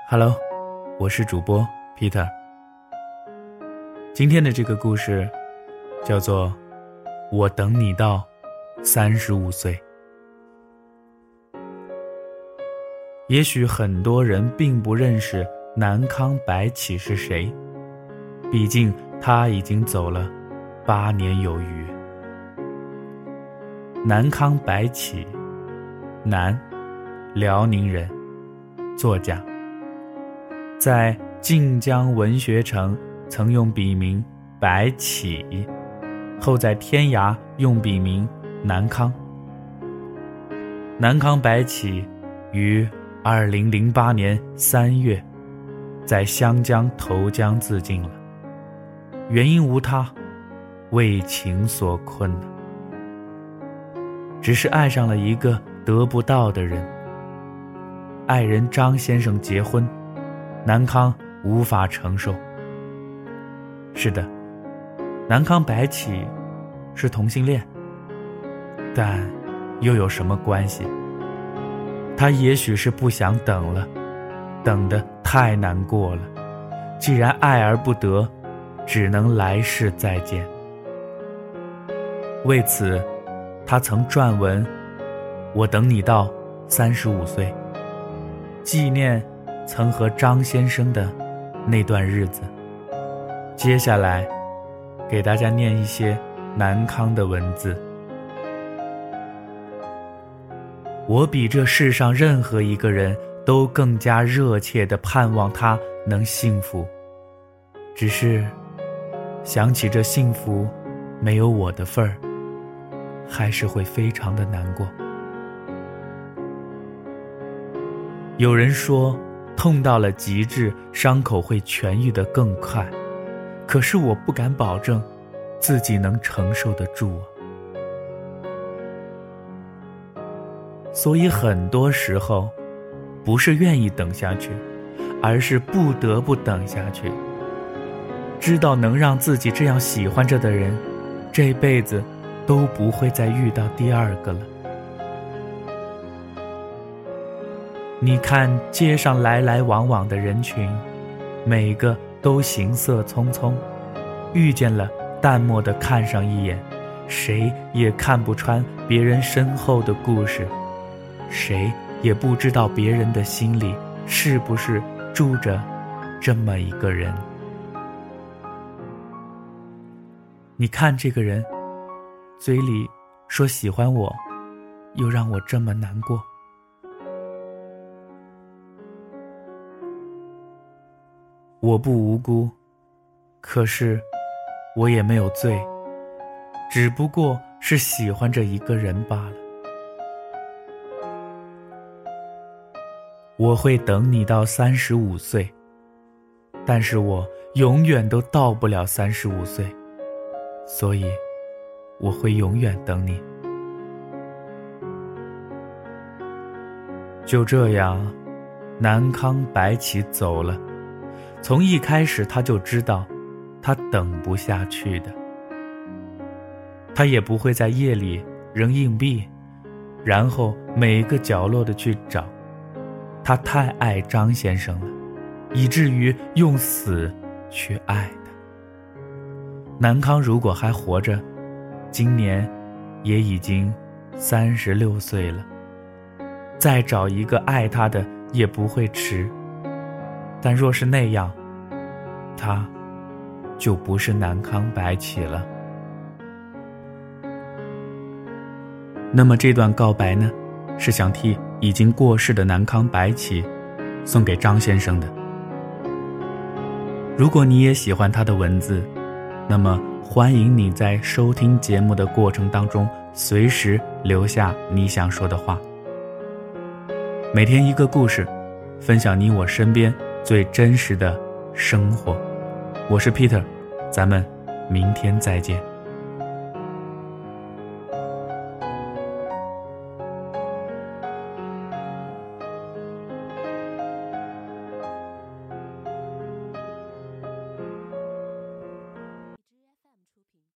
Hello， 我是主播 Peter。今天的这个故事叫做我等你到35岁。也许很多人并不认识南康白起是谁，毕竟他已经走了8年有余。南康白起，南，辽宁人，作家，在晋江文学城曾用笔名白起，后在天涯用笔名南康。南康白起于2008年3月在湘江投江自尽了，原因无他，为情所困，只是爱上了一个得不到的人。爱人张先生结婚，南康无法承受。是的，南康白起是同性恋，但又有什么关系？他也许是不想等了，等得太难过了，既然爱而不得，只能来世再见。为此他曾撰文我等你到35岁，纪念曾和张先生的那段日子。接下来给大家念一些南康的文字。我比这世上任何一个人都更加热切地盼望他能幸福，只是想起这幸福没有我的份儿，还是会非常的难过。有人说痛到了极致，伤口会痊愈得更快，可是我不敢保证自己能承受得住啊。所以很多时候不是愿意等下去，而是不得不等下去。知道能让自己这样喜欢着的人，这辈子都不会再遇到第二个了。你看街上来来往往的人群，每个都行色匆匆，遇见了淡漠地看上一眼，谁也看不穿别人身后的故事，谁也不知道别人的心里是不是住着这么一个人。你看这个人嘴里说喜欢我，又让我这么难过。我不无辜，可是我也没有罪，只不过是喜欢着一个人罢了。我会等你到35岁，但是我永远都到不了35岁，所以我会永远等你。就这样，南康白起走了。从一开始他就知道他等不下去的，他也不会在夜里扔硬币，然后每个角落的去找。他太爱张先生了，以至于用死去爱他。南康如果还活着，今年也已经36岁了，再找一个爱他的也不会迟。但若是那样，他就不是南康白起了。那么这段告白呢，是想替已经过世的南康白起送给张先生的。如果你也喜欢他的文字，那么欢迎你在收听节目的过程当中随时留下你想说的话。每天一个故事，分享你我身边最真实的生活。我是 Peter， 咱们明天再见。